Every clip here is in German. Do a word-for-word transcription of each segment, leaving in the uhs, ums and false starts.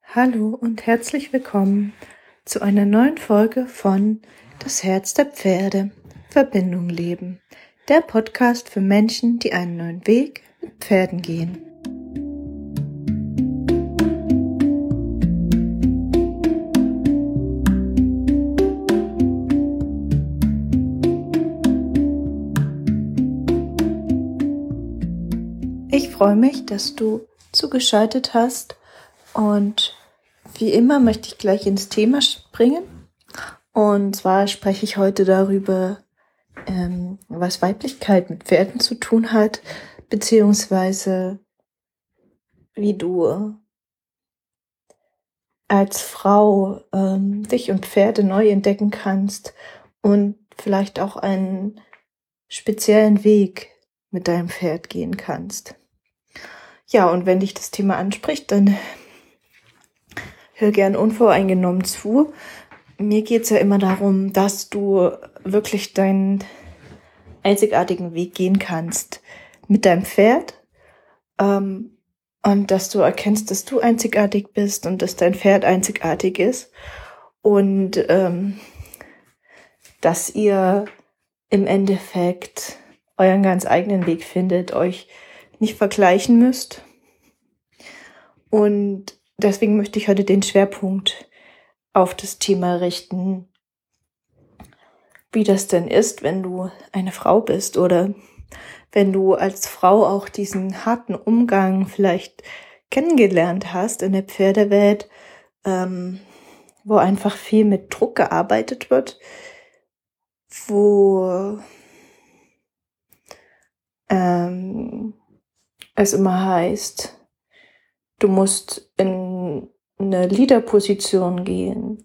Hallo und herzlich willkommen zu einer neuen Folge von Das Herz der Pferde, Verbindung leben, der Podcast für Menschen, die einen neuen Weg mit Pferden gehen. Ich freue mich, dass du zugeschaltet hast und wie immer möchte ich gleich ins Thema springen. Und zwar spreche ich heute darüber, ähm, was Weiblichkeit mit Pferden zu tun hat, beziehungsweise wie du als Frau ähm, dich und Pferde neu entdecken kannst und vielleicht auch einen speziellen Weg mit deinem Pferd gehen kannst. Ja, und wenn dich das Thema anspricht, dann hör gern unvoreingenommen zu. Mir geht es ja immer darum, dass du wirklich deinen einzigartigen Weg gehen kannst mit deinem Pferd ähm, und dass du erkennst, dass du einzigartig bist und dass dein Pferd einzigartig ist und ähm, dass ihr im Endeffekt euren ganz eigenen Weg findet, euch nicht vergleichen müsst. Und deswegen möchte ich heute den Schwerpunkt auf das Thema richten, wie das denn ist, wenn du eine Frau bist oder wenn du als Frau auch diesen harten Umgang vielleicht kennengelernt hast in der Pferdewelt, ähm, wo einfach viel mit Druck gearbeitet wird, wo ähm, es immer heißt, du musst in eine Leaderposition gehen,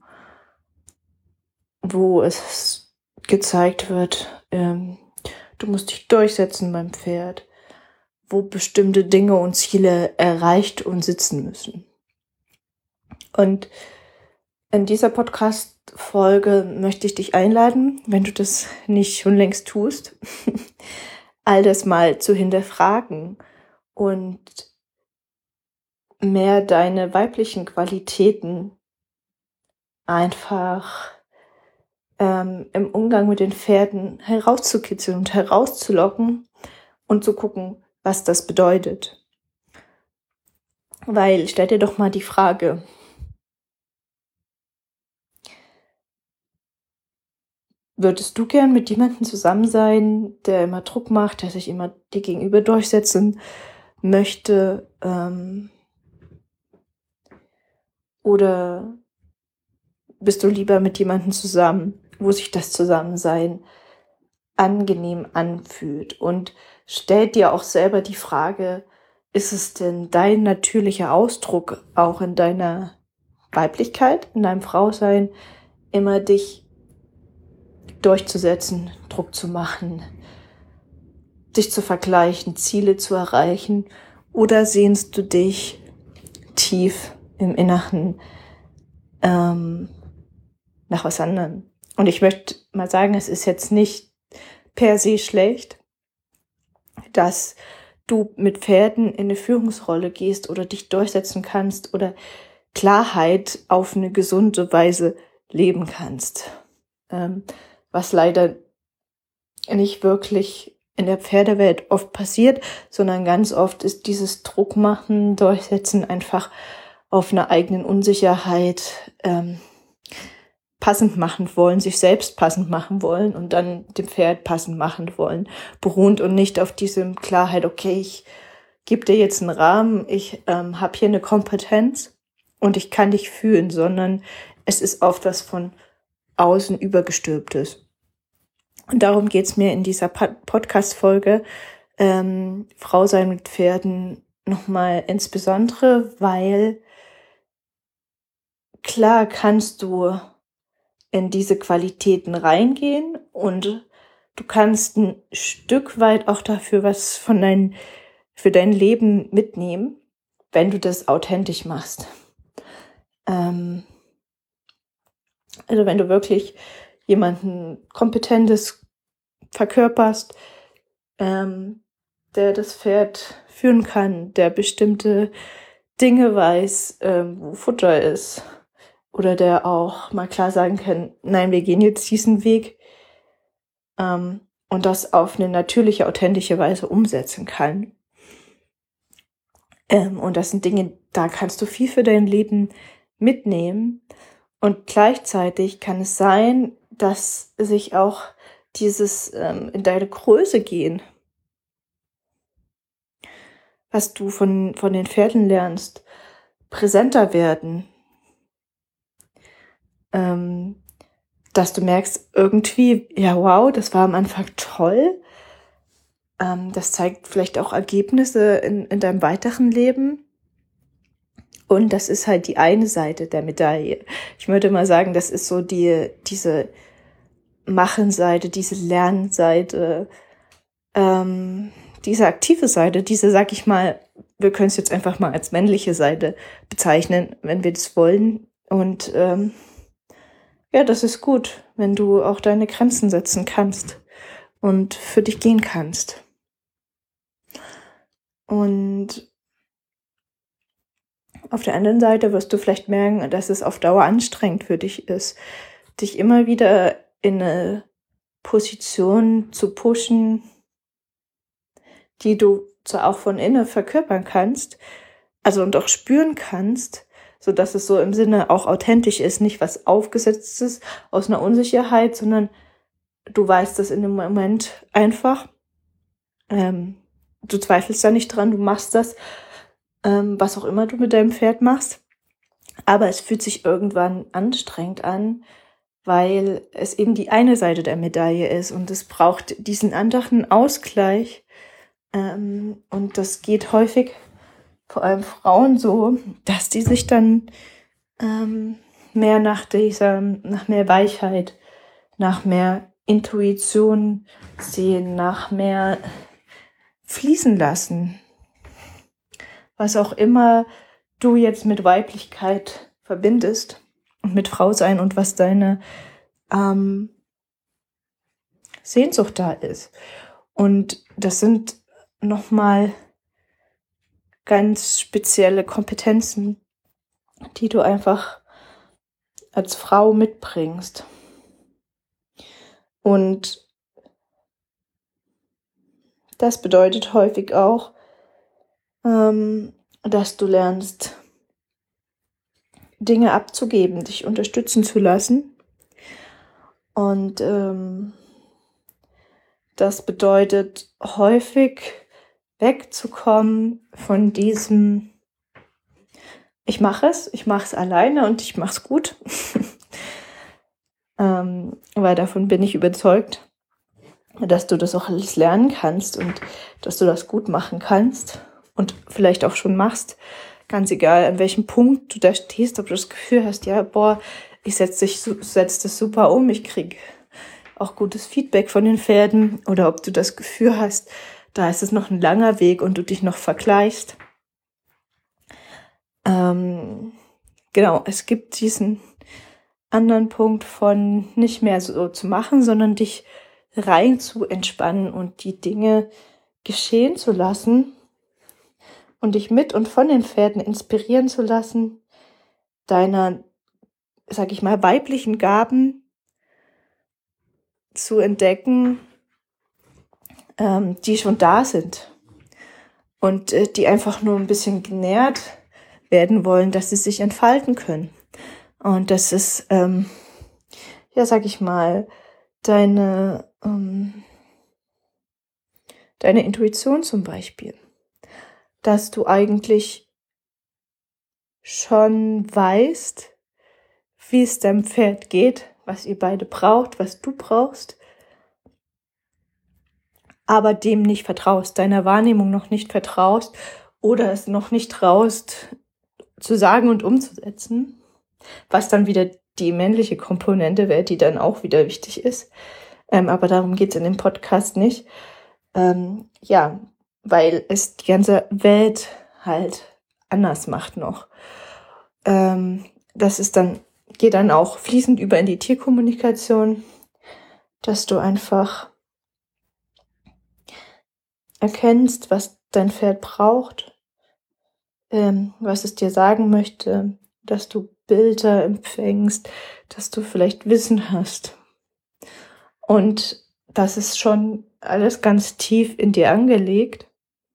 wo es gezeigt wird, ähm, du musst dich durchsetzen beim Pferd, wo bestimmte Dinge und Ziele erreicht und sitzen müssen. Und in dieser Podcast-Folge möchte ich dich einladen, wenn du das nicht schon längst tust, all das mal zu hinterfragen und mehr deine weiblichen Qualitäten einfach ähm, im Umgang mit den Pferden herauszukitzeln und herauszulocken und zu gucken, was das bedeutet. Weil, stell dir doch mal die Frage, würdest du gern mit jemandem zusammen sein, der immer Druck macht, der sich immer dir gegenüber durchsetzen möchte, ähm, oder bist du lieber mit jemandem zusammen, wo sich das Zusammensein angenehm anfühlt? Und stell dir auch selber die Frage, ist es denn dein natürlicher Ausdruck auch in deiner Weiblichkeit, in deinem Frausein, immer dich durchzusetzen, Druck zu machen, dich zu vergleichen, Ziele zu erreichen? Oder sehnst du dich tief im Inneren ähm, nach was anderem? Und ich möchte mal sagen, es ist jetzt nicht per se schlecht, dass du mit Pferden in eine Führungsrolle gehst oder dich durchsetzen kannst oder Klarheit auf eine gesunde Weise leben kannst. Ähm, was leider nicht wirklich in der Pferdewelt oft passiert, sondern ganz oft ist dieses Druckmachen, Durchsetzen einfach auf einer eigenen Unsicherheit ähm, passend machen wollen, sich selbst passend machen wollen und dann dem Pferd passend machen wollen, beruhend und nicht auf diesem Klarheit, okay, ich gebe dir jetzt einen Rahmen, ich ähm, habe hier eine Kompetenz und ich kann dich fühlen, sondern es ist oft was von außen übergestülptes. Und darum geht's mir in dieser Podcast-Folge, ähm, Frau sein mit Pferden, nochmal insbesondere, weil klar kannst du in diese Qualitäten reingehen und du kannst ein Stück weit auch dafür was von dein, für dein Leben mitnehmen, wenn du das authentisch machst. Ähm, also wenn du wirklich jemanden Kompetentes verkörperst, ähm, der das Pferd führen kann, der bestimmte Dinge weiß, ähm, wo Futter ist. Oder der auch mal klar sagen kann, nein, wir gehen jetzt diesen Weg. Ähm, und das auf eine natürliche, authentische Weise umsetzen kann. Ähm, und das sind Dinge, da kannst du viel für dein Leben mitnehmen. Und gleichzeitig kann es sein, dass sich auch dieses ähm, in deine Größe gehen, was du von, von den Pferden lernst, präsenter werden. Ähm, dass du merkst, irgendwie, ja wow, das war am Anfang toll. Ähm, das zeigt vielleicht auch Ergebnisse in, in deinem weiteren Leben. Und das ist halt die eine Seite der Medaille. Ich würde mal sagen, das ist so die, diese Machenseite, diese Lernseite, ähm, diese aktive Seite, diese, sag ich mal, wir können es jetzt einfach mal als männliche Seite bezeichnen, wenn wir das wollen. Und ähm, ja, das ist gut, wenn du auch deine Grenzen setzen kannst und für dich gehen kannst. Und auf der anderen Seite wirst du vielleicht merken, dass es auf Dauer anstrengend für dich ist, dich immer wieder in eine Position zu pushen, die du zwar auch von innen verkörpern kannst, also und auch spüren kannst, so dass es so im Sinne auch authentisch ist, nicht was Aufgesetztes aus einer Unsicherheit, sondern du weißt das in dem Moment einfach. Ähm, du zweifelst da nicht dran, du machst das, ähm, was auch immer du mit deinem Pferd machst. Aber es fühlt sich irgendwann anstrengend an, weil es eben die eine Seite der Medaille ist und es braucht diesen anderen Ausgleich. Ähm, und das geht häufig, vor allem Frauen so, dass die sich dann ähm, mehr nach dieser, nach mehr Weichheit, nach mehr Intuition sehen, nach mehr fließen lassen. Was auch immer du jetzt mit Weiblichkeit verbindest und mit Frau sein und was deine ähm, Sehnsucht da ist. Und das sind nochmal ganz spezielle Kompetenzen, die du einfach als Frau mitbringst. Und das bedeutet häufig auch, ähm, dass du lernst, Dinge abzugeben, dich unterstützen zu lassen. Und ähm, das bedeutet häufig wegzukommen von diesem, ich mache es, ich mache es alleine und ich mache es gut. ähm, weil davon bin ich überzeugt, dass du das auch alles lernen kannst und dass du das gut machen kannst und vielleicht auch schon machst. Ganz egal, an welchem Punkt du da stehst, ob du das Gefühl hast, ja, boah, ich setze setz das super um, ich kriege auch gutes Feedback von den Pferden, oder ob du das Gefühl hast, da ist es noch ein langer Weg und du dich noch vergleichst. Ähm, genau, es gibt diesen anderen Punkt von nicht mehr so zu machen, sondern dich rein zu entspannen und die Dinge geschehen zu lassen und dich mit und von den Pferden inspirieren zu lassen, deiner, sag ich mal, weiblichen Gaben zu entdecken, ähm, die schon da sind und äh, die einfach nur ein bisschen genährt werden wollen, dass sie sich entfalten können. Und das ist, ähm, ja, sag ich mal, deine, ähm, deine Intuition zum Beispiel. Dass du eigentlich schon weißt, wie es deinem Pferd geht, was ihr beide braucht, was du brauchst, aber dem nicht vertraust, deiner Wahrnehmung noch nicht vertraust oder es noch nicht traust, zu sagen und umzusetzen, was dann wieder die männliche Komponente wäre, die dann auch wieder wichtig ist. Ähm, aber darum geht's in dem Podcast nicht. Ähm, ja, weil es die ganze Welt halt anders macht noch. Ähm, das ist dann, geht dann auch fließend über in die Tierkommunikation, dass du einfach erkennst, was dein Pferd braucht, ähm, was es dir sagen möchte, dass du Bilder empfängst, dass du vielleicht Wissen hast. Und das ist schon alles ganz tief in dir angelegt.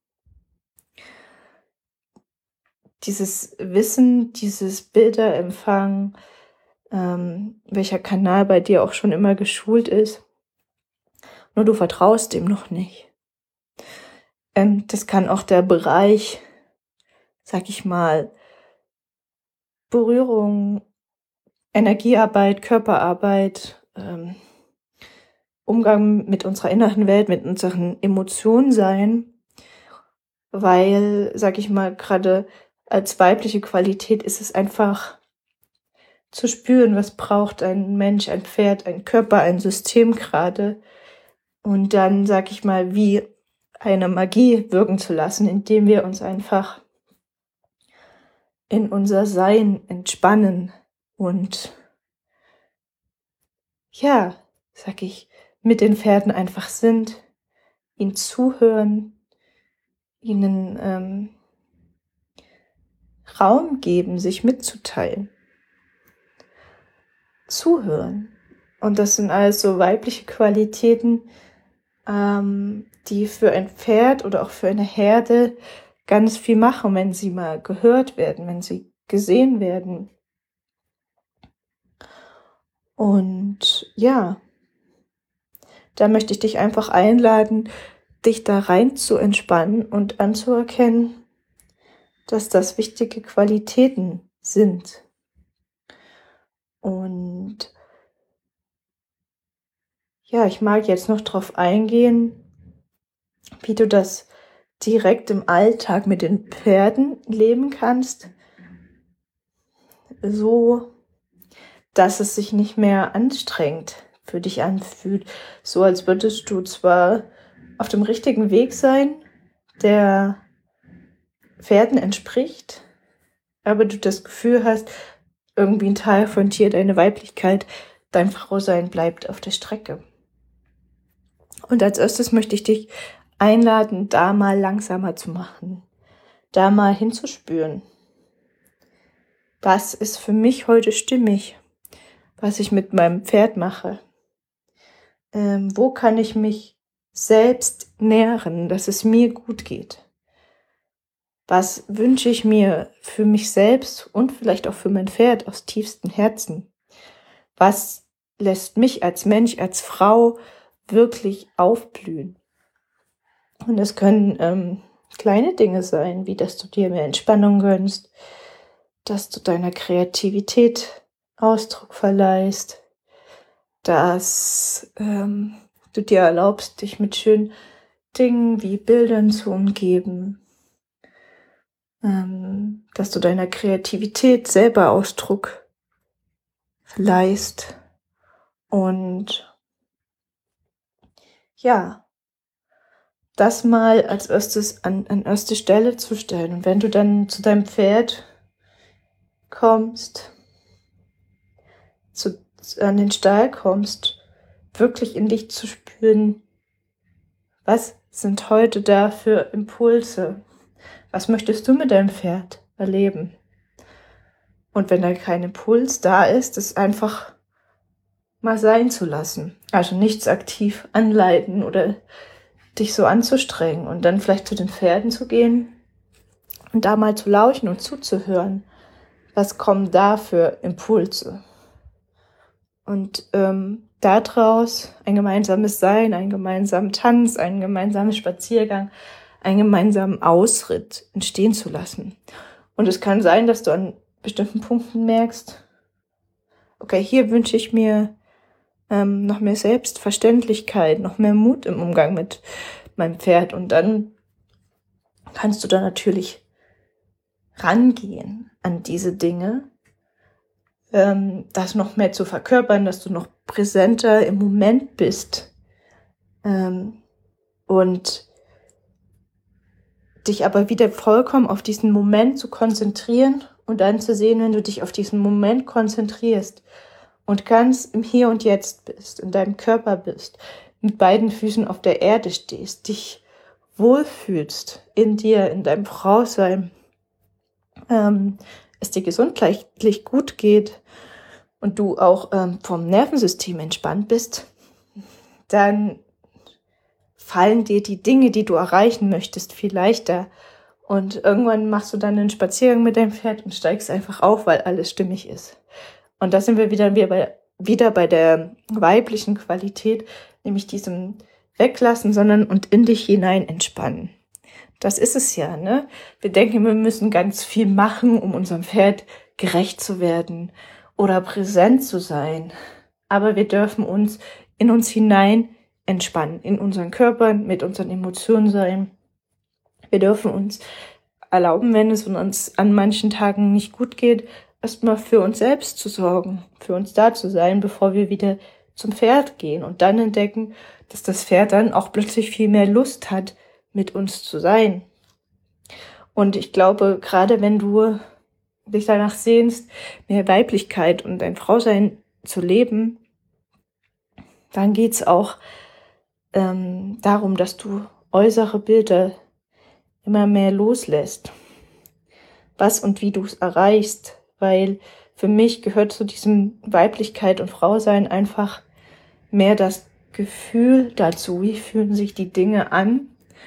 Dieses Wissen, dieses Bilderempfang, ähm, welcher Kanal bei dir auch schon immer geschult ist, nur du vertraust dem noch nicht. Ähm, das kann auch der Bereich, sag ich mal, Berührung, Energiearbeit, Körperarbeit, ähm, Umgang mit unserer inneren Welt, mit unseren Emotionen sein, weil, sag ich mal, gerade als weibliche Qualität ist es einfach zu spüren, was braucht ein Mensch, ein Pferd, ein Körper, ein System gerade, und dann, sag ich mal, wie eine Magie wirken zu lassen, indem wir uns einfach in unser Sein entspannen und ja, sag ich, mit den Pferden einfach sind, ihnen zuhören, ihnen ähm, Raum geben, sich mitzuteilen. Zuhören. Und das sind also weibliche Qualitäten, ähm, die für ein Pferd oder auch für eine Herde ganz viel machen, wenn sie mal gehört werden, wenn sie gesehen werden. Und ja, da möchte ich dich einfach einladen, dich da rein zu entspannen und anzuerkennen, dass das wichtige Qualitäten sind. Und ja, ich mag jetzt noch drauf eingehen, wie du das direkt im Alltag mit den Pferden leben kannst, so dass es sich nicht mehr anstrengend für dich anfühlt, so als würdest du zwar auf dem richtigen Weg sein, der Pferden entspricht, aber du das Gefühl hast, irgendwie ein Teil von dir, deine Weiblichkeit, dein Frausein bleibt auf der Strecke. Und als erstes möchte ich dich einladen, da mal langsamer zu machen, da mal hinzuspüren. Was ist für mich heute stimmig, was ich mit meinem Pferd mache? Ähm, wo kann ich mich selbst nähren, dass es mir gut geht? Was wünsche ich mir für mich selbst und vielleicht auch für mein Pferd aus tiefstem Herzen? Was lässt mich als Mensch, als Frau wirklich aufblühen? Und es können ähm, kleine Dinge sein, wie dass du dir mehr Entspannung gönnst, dass du deiner Kreativität Ausdruck verleihst, dass ähm, du dir erlaubst, dich mit schönen Dingen wie Bildern zu umgeben, ähm, dass du deiner Kreativität selber Ausdruck verleihst und ja, das mal als erstes an, an erste Stelle zu stellen. Und wenn du dann zu deinem Pferd kommst, zu, an den Stall kommst, wirklich in dich zu spüren, was sind heute da für Impulse? Was möchtest du mit deinem Pferd erleben? Und wenn da kein Impuls da ist, es einfach mal sein zu lassen. Also nichts aktiv anleiten oder dich so anzustrengen und dann vielleicht zu den Pferden zu gehen und da mal zu lauschen und zuzuhören. Was kommen da für Impulse? Und ähm, daraus ein gemeinsames Sein, einen gemeinsamen Tanz, einen gemeinsamen Spaziergang, einen gemeinsamen Ausritt entstehen zu lassen. Und es kann sein, dass du an bestimmten Punkten merkst, okay, hier wünsche ich mir ähm, noch mehr Selbstverständlichkeit, noch mehr Mut im Umgang mit meinem Pferd. Und dann kannst du da natürlich rangehen an diese Dinge, ähm, das noch mehr zu verkörpern, dass du noch präsenter im Moment bist ähm, und dich aber wieder vollkommen auf diesen Moment zu konzentrieren und dann zu sehen, wenn du dich auf diesen Moment konzentrierst und ganz im Hier und Jetzt bist, in deinem Körper bist, mit beiden Füßen auf der Erde stehst, dich wohlfühlst in dir, in deinem Frausein, ähm, es dir gesundheitlich gut geht und du auch ähm, vom Nervensystem entspannt bist, dann fallen dir die Dinge, die du erreichen möchtest, viel leichter. Und irgendwann machst du dann einen Spaziergang mit deinem Pferd und steigst einfach auf, weil alles stimmig ist. Und da sind wir wieder, wieder, bei, wieder bei der weiblichen Qualität, nämlich diesem Weglassen, sondern und in dich hinein entspannen. Das ist es ja, ne? Wir denken, wir müssen ganz viel machen, um unserem Pferd gerecht zu werden oder präsent zu sein. Aber wir dürfen uns in uns hinein entspannen, in unseren Körpern, mit unseren Emotionen sein. Wir dürfen uns erlauben, wenn es uns an manchen Tagen nicht gut geht, erstmal für uns selbst zu sorgen, für uns da zu sein, bevor wir wieder zum Pferd gehen und dann entdecken, dass das Pferd dann auch plötzlich viel mehr Lust hat, mit uns zu sein. Und ich glaube, gerade wenn du dich danach sehnst, mehr Weiblichkeit und ein Frausein zu leben, dann geht's auch ähm, darum, dass du äußere Bilder immer mehr loslässt, was und wie du es erreichst, weil für mich gehört zu diesem Weiblichkeit und Frausein einfach mehr das Gefühl dazu, wie fühlen sich die Dinge an,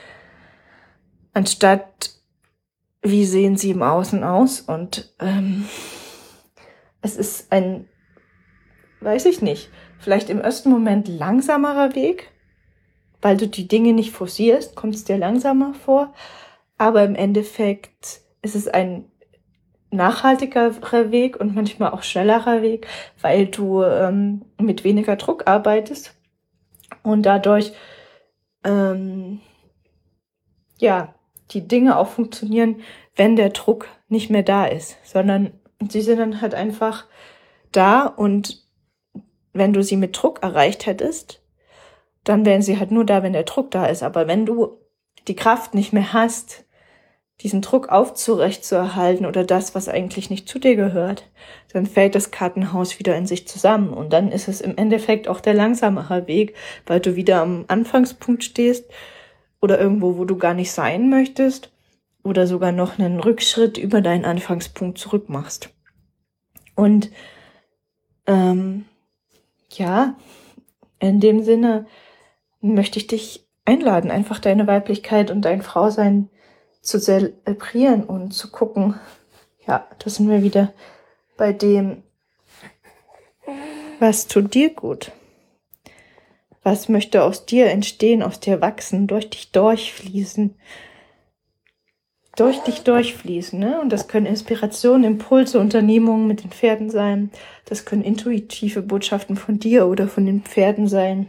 anstatt wie sehen sie im Außen aus. Und ähm, es ist ein, weiß ich nicht, vielleicht im ersten Moment langsamerer Weg, weil du die Dinge nicht forcierst, kommt es dir langsamer vor, aber im Endeffekt ist es ein nachhaltigerer Weg und manchmal auch schnellerer Weg, weil du ähm, mit weniger Druck arbeitest und dadurch ähm, ja die Dinge auch funktionieren, wenn der Druck nicht mehr da ist, sondern sie sind dann halt einfach da und wenn du sie mit Druck erreicht hättest, dann wären sie halt nur da, wenn der Druck da ist. Aber wenn du die Kraft nicht mehr hast, diesen Druck aufrechtzuerhalten oder das, was eigentlich nicht zu dir gehört, dann fällt das Kartenhaus wieder in sich zusammen. Und dann ist es im Endeffekt auch der langsamere Weg, weil du wieder am Anfangspunkt stehst oder irgendwo, wo du gar nicht sein möchtest oder sogar noch einen Rückschritt über deinen Anfangspunkt zurück machst. Und ähm, ja, in dem Sinne möchte ich dich einladen, einfach deine Weiblichkeit und dein Frausein zu zelebrieren und zu gucken, ja, da sind wir wieder bei dem, was tut dir gut? Was möchte aus dir entstehen, aus dir wachsen, durch dich durchfließen? Durch dich durchfließen, ne? Und das können Inspirationen, Impulse, Unternehmungen mit den Pferden sein. Das können intuitive Botschaften von dir oder von den Pferden sein.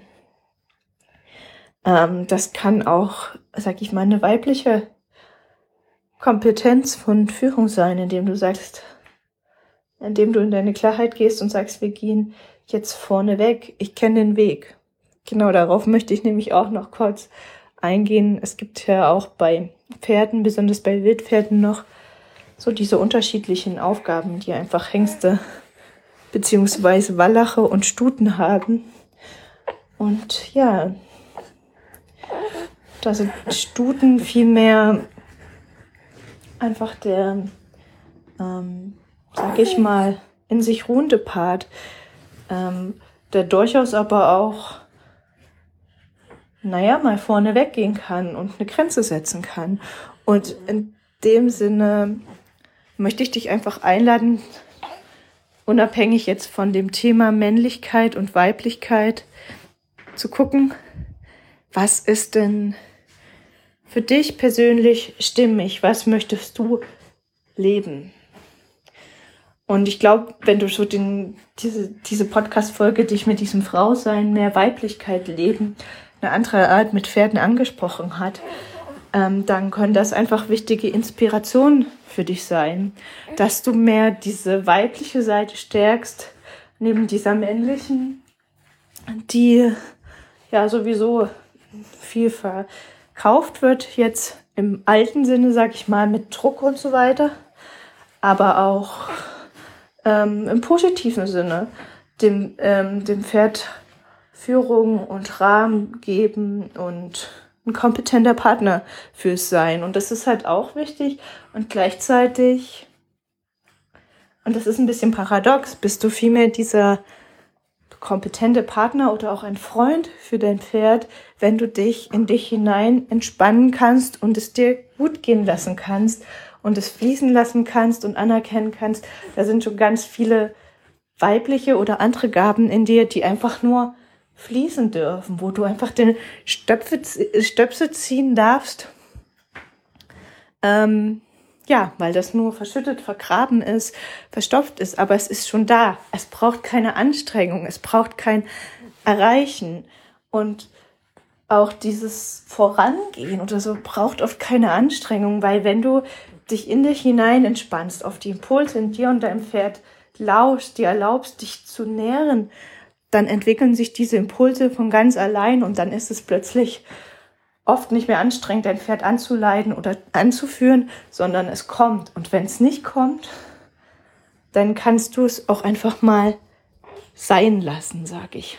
Ähm, das kann auch, sag ich mal, eine weibliche Kompetenz von Führung sein, indem du sagst, indem du in deine Klarheit gehst und sagst, wir gehen jetzt vorne weg, ich kenne den Weg. Genau darauf möchte ich nämlich auch noch kurz eingehen. Es gibt ja auch bei Pferden, besonders bei Wildpferden noch, so diese unterschiedlichen Aufgaben, die einfach Hengste beziehungsweise Wallache und Stuten haben. Und ja, da sind Stuten viel mehr einfach der, ähm, sag ich mal, in sich ruhende Part, ähm, der durchaus aber auch, naja, mal vorne weggehen kann und eine Grenze setzen kann. Und in dem Sinne möchte ich dich einfach einladen, unabhängig jetzt von dem Thema Männlichkeit und Weiblichkeit, zu gucken, was ist denn für dich persönlich stimmig? Was möchtest du leben? Und ich glaube, wenn du so den, diese, diese Podcast-Folge dich mit diesem Frausein, mehr Weiblichkeit leben, eine andere Art mit Pferden angesprochen hat, ähm, dann können das einfach wichtige Inspirationen für dich sein, dass du mehr diese weibliche Seite stärkst, neben dieser männlichen, die ja sowieso viel verkauft wird, jetzt im alten Sinne, sag ich mal, mit Druck und so weiter, aber auch ähm, im positiven Sinne, dem, ähm, dem Pferd Führung und Rahmen geben und ein kompetenter Partner fürs Sein. Und das ist halt auch wichtig und gleichzeitig und das ist ein bisschen paradox, bist du vielmehr dieser kompetente Partner oder auch ein Freund für dein Pferd, wenn du dich in dich hinein entspannen kannst und es dir gut gehen lassen kannst und es fließen lassen kannst und anerkennen kannst. Da sind schon ganz viele weibliche oder andere Gaben in dir, die einfach nur fließen dürfen, wo du einfach den Stöpsel, Stöpsel ziehen darfst. Ähm, ja, weil das nur verschüttet, vergraben ist, verstopft ist, aber es ist schon da. Es braucht keine Anstrengung, es braucht kein Erreichen. Und auch dieses Vorangehen oder so braucht oft keine Anstrengung, weil wenn du dich in dich hinein entspannst, auf die Impulse in dir und deinem Pferd lauschst, dir erlaubst, dich zu nähren, dann entwickeln sich diese Impulse von ganz allein und dann ist es plötzlich oft nicht mehr anstrengend, dein Pferd anzuleiten oder anzuführen, sondern es kommt. Und wenn es nicht kommt, dann kannst du es auch einfach mal sein lassen, sag ich.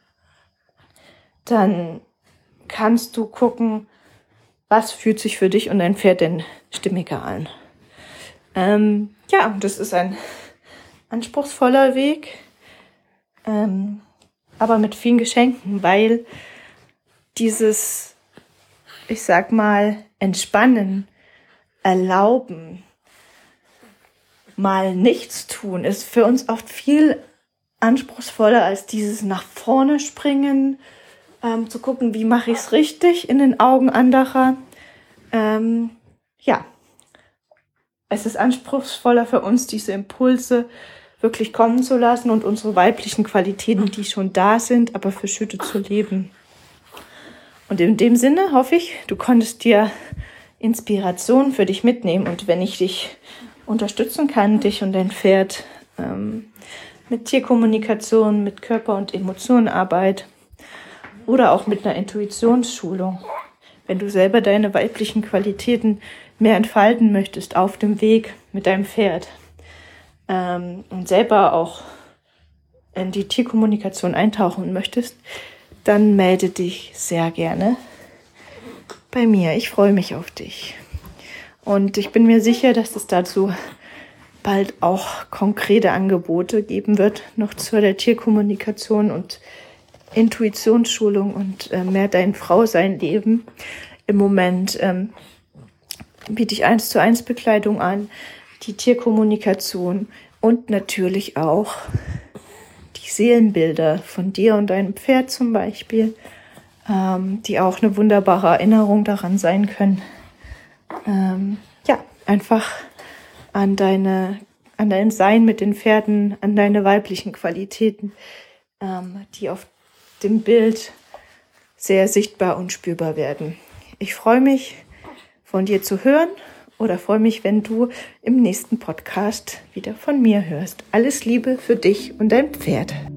Dann kannst du gucken, was fühlt sich für dich und dein Pferd denn stimmiger an. Ähm, ja, das ist ein anspruchsvoller Weg, ähm, aber mit vielen Geschenken, weil dieses, ich sag mal, entspannen, erlauben, mal nichts tun, ist für uns oft viel anspruchsvoller als dieses nach vorne springen, ähm, zu gucken, wie mache ich es richtig in den Augen anderer. Ähm, ja, es ist anspruchsvoller für uns, diese Impulse wirklich kommen zu lassen und unsere weiblichen Qualitäten, die schon da sind, aber verschüttet zu leben. Und in dem Sinne hoffe ich, du konntest dir Inspiration für dich mitnehmen. Und wenn ich dich unterstützen kann, dich und dein Pferd ähm, mit Tierkommunikation, mit Körper- und Emotionenarbeit oder auch mit einer Intuitionsschulung, wenn du selber deine weiblichen Qualitäten mehr entfalten möchtest auf dem Weg mit deinem Pferd ähm, und selber auch in die Tierkommunikation eintauchen möchtest, dann melde dich sehr gerne bei mir. Ich freue mich auf dich. Und ich bin mir sicher, dass es dazu bald auch konkrete Angebote geben wird, noch zu der Tierkommunikation und Intuitionsschulung und äh, mehr dein Frausein leben. Im Moment ähm, biete ich eins zu eins Bekleidung an, die Tierkommunikation und natürlich auch die Seelenbilder von dir und deinem Pferd zum Beispiel, ähm, die auch eine wunderbare Erinnerung daran sein können, ähm, ja, einfach an deine, an dein Sein mit den Pferden, an deine weiblichen Qualitäten, ähm, die auf dem Bild sehr sichtbar und spürbar werden. Ich freue mich, von dir zu hören oder freue mich, wenn du im nächsten Podcast wieder von mir hörst. Alles Liebe für dich und dein Pferd.